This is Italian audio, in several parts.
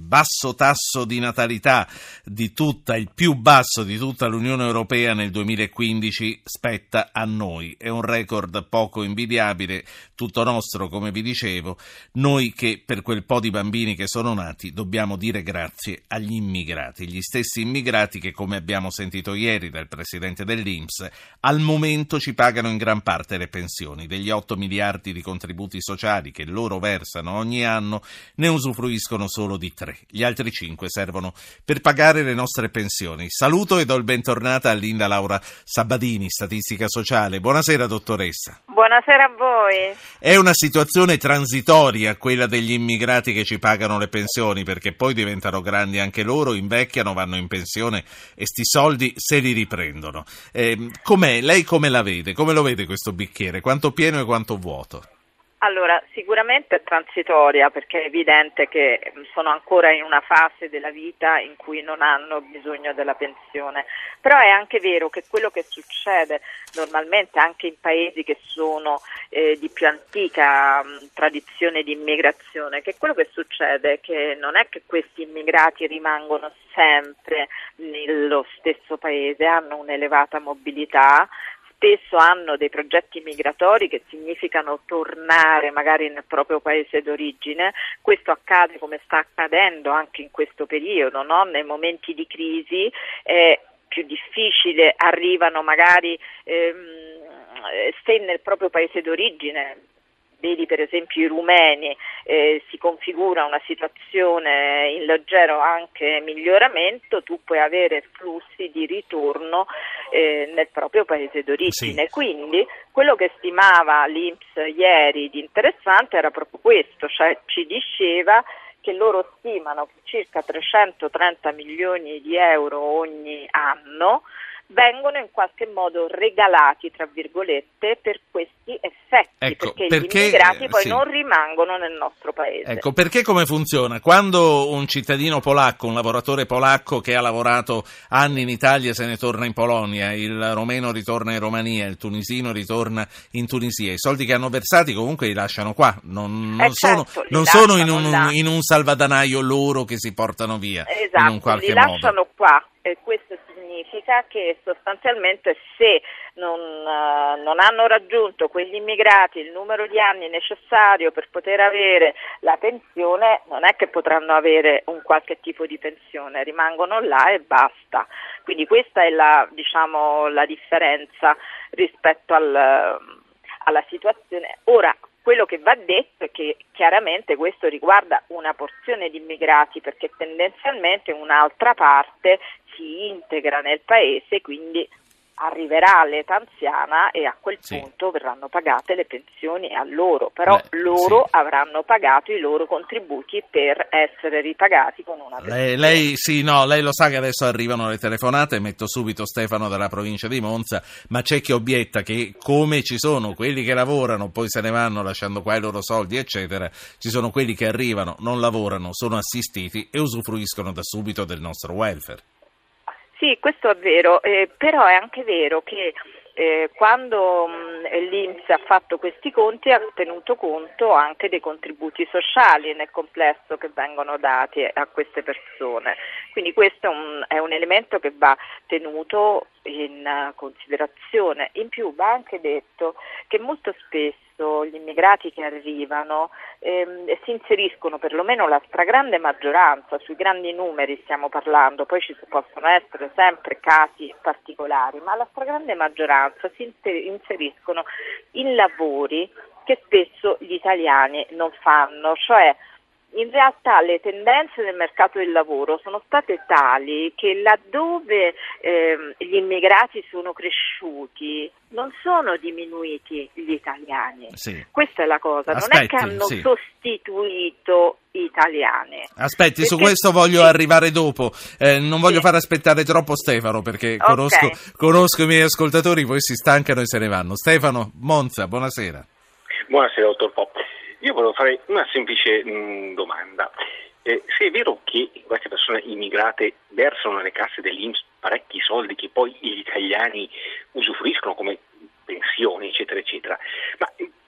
basso tasso di natalità il più basso di tutta l'Unione Europea nel 2015 spetta a noi. È un record poco invidiabile, tutto nostro, come vi dicevo, noi che per quel po' di bambini che sono nati dobbiamo dire grazie agli immigrati, gli stessi immigrati che, come abbiamo sentito ieri dal presidente dell'INPS, al momento ci pagano in gran parte le pensioni. Degli 8 miliardi di contributi sociali che loro versano ogni anno, ne usufruiscono solo di 3. Gli altri 5 servono per pagare le nostre pensioni. Saluto e do il bentornata a Linda Laura Sabadini, statistica sociale. Buonasera, dottoressa. Buonasera a voi. È una situazione transitoria quella degli immigrati che ci pagano le pensioni, perché poi diventano grandi anche loro, invecchiano, vanno in pensione e sti soldi se li riprendono. Com'è? Lei come la vede? Come lo vede questo bicchiere? Quanto pieno e quanto vuoto? Allora, sicuramente è transitoria, perché è evidente che sono ancora in una fase della vita in cui non hanno bisogno della pensione, però è anche vero che quello che succede normalmente anche in paesi che sono di più antica tradizione di immigrazione, che quello che succede è che non è che questi immigrati rimangono sempre nello stesso paese, hanno un'elevata mobilità, spesso hanno dei progetti migratori che significano tornare magari nel proprio paese d'origine. Questo accade, come sta accadendo anche in questo periodo, no? Nei momenti di crisi è più difficile, arrivano magari se nel proprio paese d'origine. Vedi per esempio i rumeni, si configura una situazione in leggero anche miglioramento, tu puoi avere flussi di ritorno nel proprio paese d'origine. Sì. Quindi quello che stimava l'INPS ieri di interessante era proprio questo, cioè ci diceva che loro stimano che circa 330 milioni di euro ogni anno vengono in qualche modo regalati, tra virgolette, per questi effetti, ecco, perché gli immigrati poi non rimangono nel nostro paese. Ecco, perché come funziona? Quando un cittadino polacco, un lavoratore polacco che ha lavorato anni in Italia se ne torna in Polonia, il romeno ritorna in Romania, il tunisino ritorna in Tunisia, i soldi che hanno versati comunque li lasciano qua, non sono in un salvadanaio loro che si portano via, esatto, in un qualche modo. Li lasciano qua, e questo significa che sostanzialmente se non hanno raggiunto quegli immigrati il numero di anni necessario per poter avere la pensione, non è che potranno avere un qualche tipo di pensione, rimangono là e basta. Quindi questa è la differenza rispetto alla situazione. Ora, quello che va detto è che chiaramente questo riguarda una porzione di immigrati, perché tendenzialmente un'altra parte si integra nel paese, quindi arriverà all'età anziana e a quel punto verranno pagate le pensioni a loro, però avranno pagato i loro contributi per essere ripagati con una pensione. Lei lo sa che adesso arrivano le telefonate, metto subito Stefano dalla provincia di Monza, ma c'è chi obietta che come ci sono quelli che lavorano, poi se ne vanno lasciando qua i loro soldi eccetera, ci sono quelli che arrivano, non lavorano, sono assistiti e usufruiscono da subito del nostro welfare. Sì, questo è vero, però è anche vero che quando l'INPS ha fatto questi conti ha tenuto conto anche dei contributi sociali nel complesso che vengono dati a queste persone, quindi questo è un elemento che va tenuto in considerazione. In più va anche detto che molto spesso gli immigrati che arrivano si inseriscono, perlomeno la stragrande maggioranza, sui grandi numeri stiamo parlando, poi ci possono essere sempre casi particolari, ma la stragrande maggioranza si inseriscono in lavori che spesso gli italiani non fanno, cioè in realtà le tendenze del mercato del lavoro sono state tali che laddove gli immigrati sono cresciuti non sono diminuiti gli italiani. Sì. Questa è la cosa, non è che hanno sostituito gli italiani. Aspetti, su questo voglio arrivare dopo, non voglio far aspettare troppo Stefano perché conosco i miei ascoltatori, poi si stancano e se ne vanno. Stefano, Monza, buonasera. Buonasera, dottor Pop. Io volevo fare una semplice domanda. Se è vero che queste persone immigrate versano nelle casse dell'INPS parecchi soldi che poi gli italiani usufruiscono come pensioni, eccetera, eccetera, ma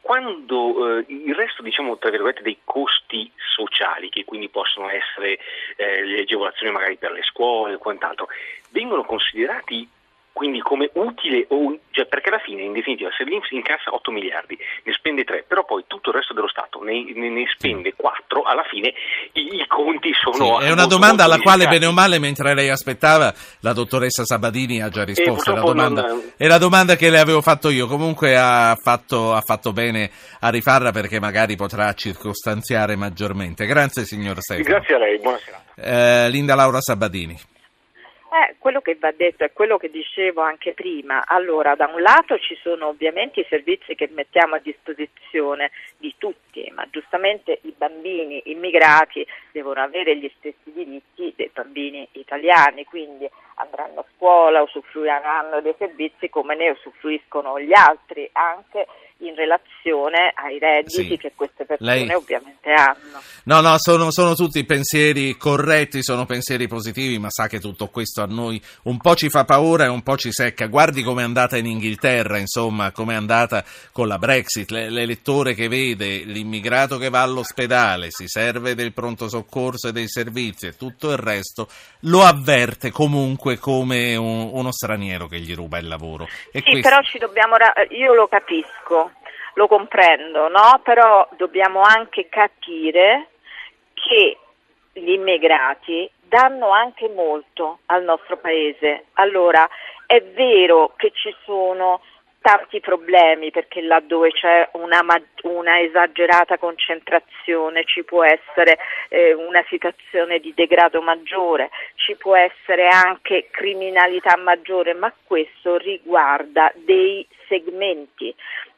quando il resto, diciamo, tra virgolette, dei costi sociali, che quindi possono essere le agevolazioni magari per le scuole o quant'altro, vengono considerati quindi come utile, cioè perché alla fine, in definitiva, se l'INPS incassa 8 miliardi, ne spende 3, però poi tutto il resto dello Stato ne spende 4, alla fine i conti sono... Sì, è una domanda alla quale, bene o male, mentre lei aspettava, la dottoressa Sabadini ha già risposto. È la domanda che le avevo fatto io. Comunque ha fatto bene a rifarla, perché magari potrà circostanziare maggiormente. Grazie, signor Stefano. Grazie a lei, buonasera. Linda Laura Sabadini. Quello che va detto è quello che dicevo anche prima. Allora, da un lato ci sono ovviamente i servizi che mettiamo a disposizione di tutti, ma giustamente i bambini immigrati devono avere gli stessi diritti dei bambini italiani, quindi andranno a scuola, usufruiranno dei servizi come ne usufruiscono gli altri, anche in relazione ai redditi che queste persone ovviamente hanno. No, sono tutti pensieri corretti, sono pensieri positivi, ma sa che tutto questo a noi un po' ci fa paura e un po' ci secca. Guardi com'è andata in Inghilterra, insomma, com'è andata con la Brexit, l'elettore che vede l'immigrato che va all'ospedale, si serve del pronto soccorso e dei servizi e tutto il resto, lo avverte comunque come uno straniero che gli ruba il lavoro. E sì, però io lo capisco, lo comprendo, no? Però dobbiamo anche capire che gli immigrati danno anche molto al nostro paese. Allora, è vero che ci sono tanti problemi, perché laddove c'è una esagerata concentrazione ci può essere una situazione di degrado maggiore, ci può essere anche criminalità maggiore, ma questo riguarda dei segmenti,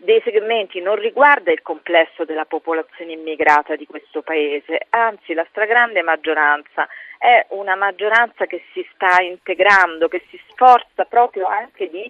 non riguarda il complesso della popolazione immigrata di questo paese, anzi la stragrande maggioranza è una maggioranza che si sta integrando, che si sforza proprio anche di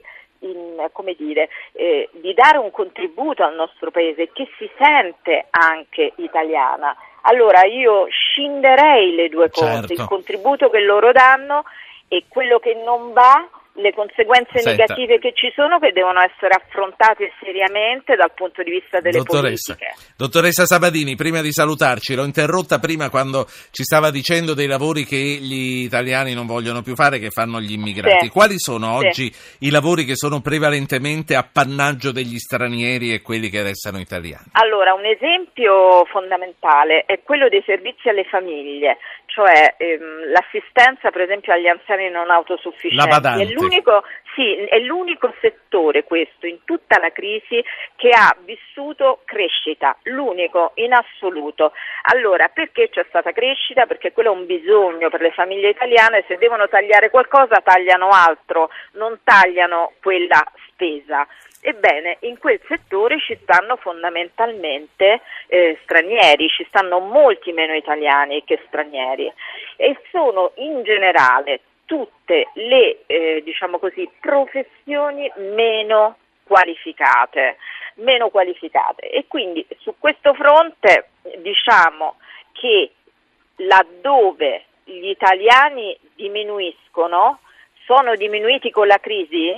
dare un contributo al nostro paese, che si sente anche italiana. Allora io scinderei le due cose, certo, il contributo che loro danno e quello che non va, le conseguenze negative che ci sono, che devono essere affrontate seriamente dal punto di vista delle politiche. Dottoressa Sabadini, prima di salutarci, l'ho interrotta prima quando ci stava dicendo dei lavori che gli italiani non vogliono più fare, che fanno gli immigrati. Sì. Quali sono oggi i lavori che sono prevalentemente appannaggio degli stranieri e quelli che restano italiani? Allora, un esempio fondamentale è quello dei servizi alle famiglie, cioè l'assistenza per esempio agli anziani non autosufficienti. La badante. È l'unico settore, questo, in tutta la crisi, che ha vissuto crescita, l'unico in assoluto. Allora, perché c'è stata crescita? Perché quello è un bisogno per le famiglie italiane, se devono tagliare qualcosa tagliano altro, non tagliano quella spesa. Ebbene, in quel settore ci stanno fondamentalmente stranieri, ci stanno molti meno italiani che stranieri, e sono in generale tutte le professioni meno qualificate, e quindi su questo fronte diciamo che laddove gli italiani diminuiscono, sono diminuiti con la crisi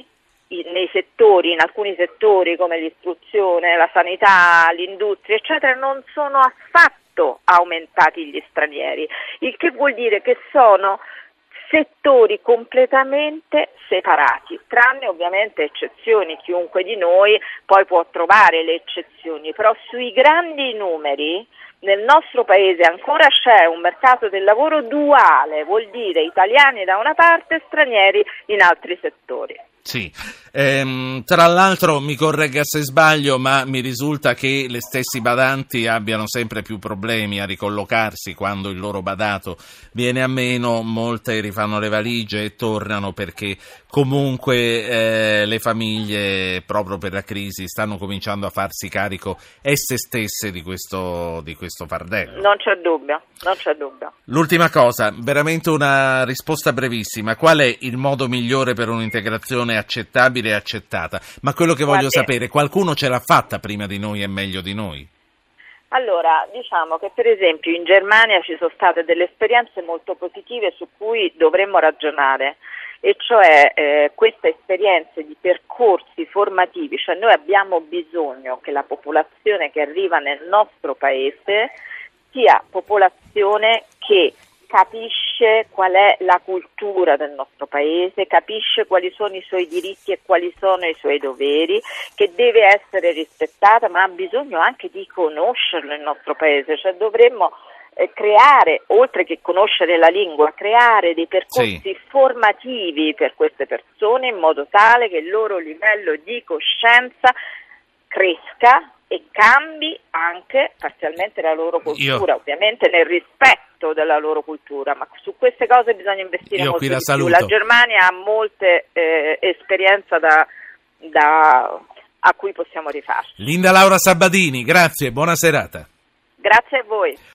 in alcuni settori come l'istruzione, la sanità, l'industria, eccetera, non sono affatto aumentati gli stranieri, il che vuol dire che sono settori completamente separati, tranne ovviamente eccezioni, chiunque di noi poi può trovare le eccezioni, però sui grandi numeri nel nostro paese ancora c'è un mercato del lavoro duale, vuol dire italiani da una parte e stranieri in altri settori. Sì, tra l'altro mi corregga se sbaglio, ma mi risulta che le stessi badanti abbiano sempre più problemi a ricollocarsi quando il loro badato viene a meno. Molte rifanno le valigie e tornano perché comunque le famiglie, proprio per la crisi, stanno cominciando a farsi carico esse stesse di questo fardello. Non c'è dubbio. L'ultima cosa, veramente una risposta brevissima: qual è il modo migliore per un'integrazione accettabile e accettata? Ma quello che voglio sapere, qualcuno ce l'ha fatta prima di noi e meglio di noi? Allora, diciamo che per esempio in Germania ci sono state delle esperienze molto positive su cui dovremmo ragionare. e cioè queste esperienze di percorsi formativi, cioè noi abbiamo bisogno che la popolazione che arriva nel nostro paese sia popolazione che capisce qual è la cultura del nostro paese, capisce quali sono i suoi diritti e quali sono i suoi doveri, che deve essere rispettata, ma ha bisogno anche di conoscerlo il nostro paese, cioè dovremmo creare, oltre che conoscere la lingua, creare dei percorsi formativi per queste persone in modo tale che il loro livello di coscienza cresca e cambi anche parzialmente la loro cultura, ovviamente nel rispetto della loro cultura, ma su queste cose bisogna investire molto di più. La Germania ha molte esperienze a cui possiamo rifarci. Linda Laura Sabbadini, grazie, buona serata. Grazie a voi.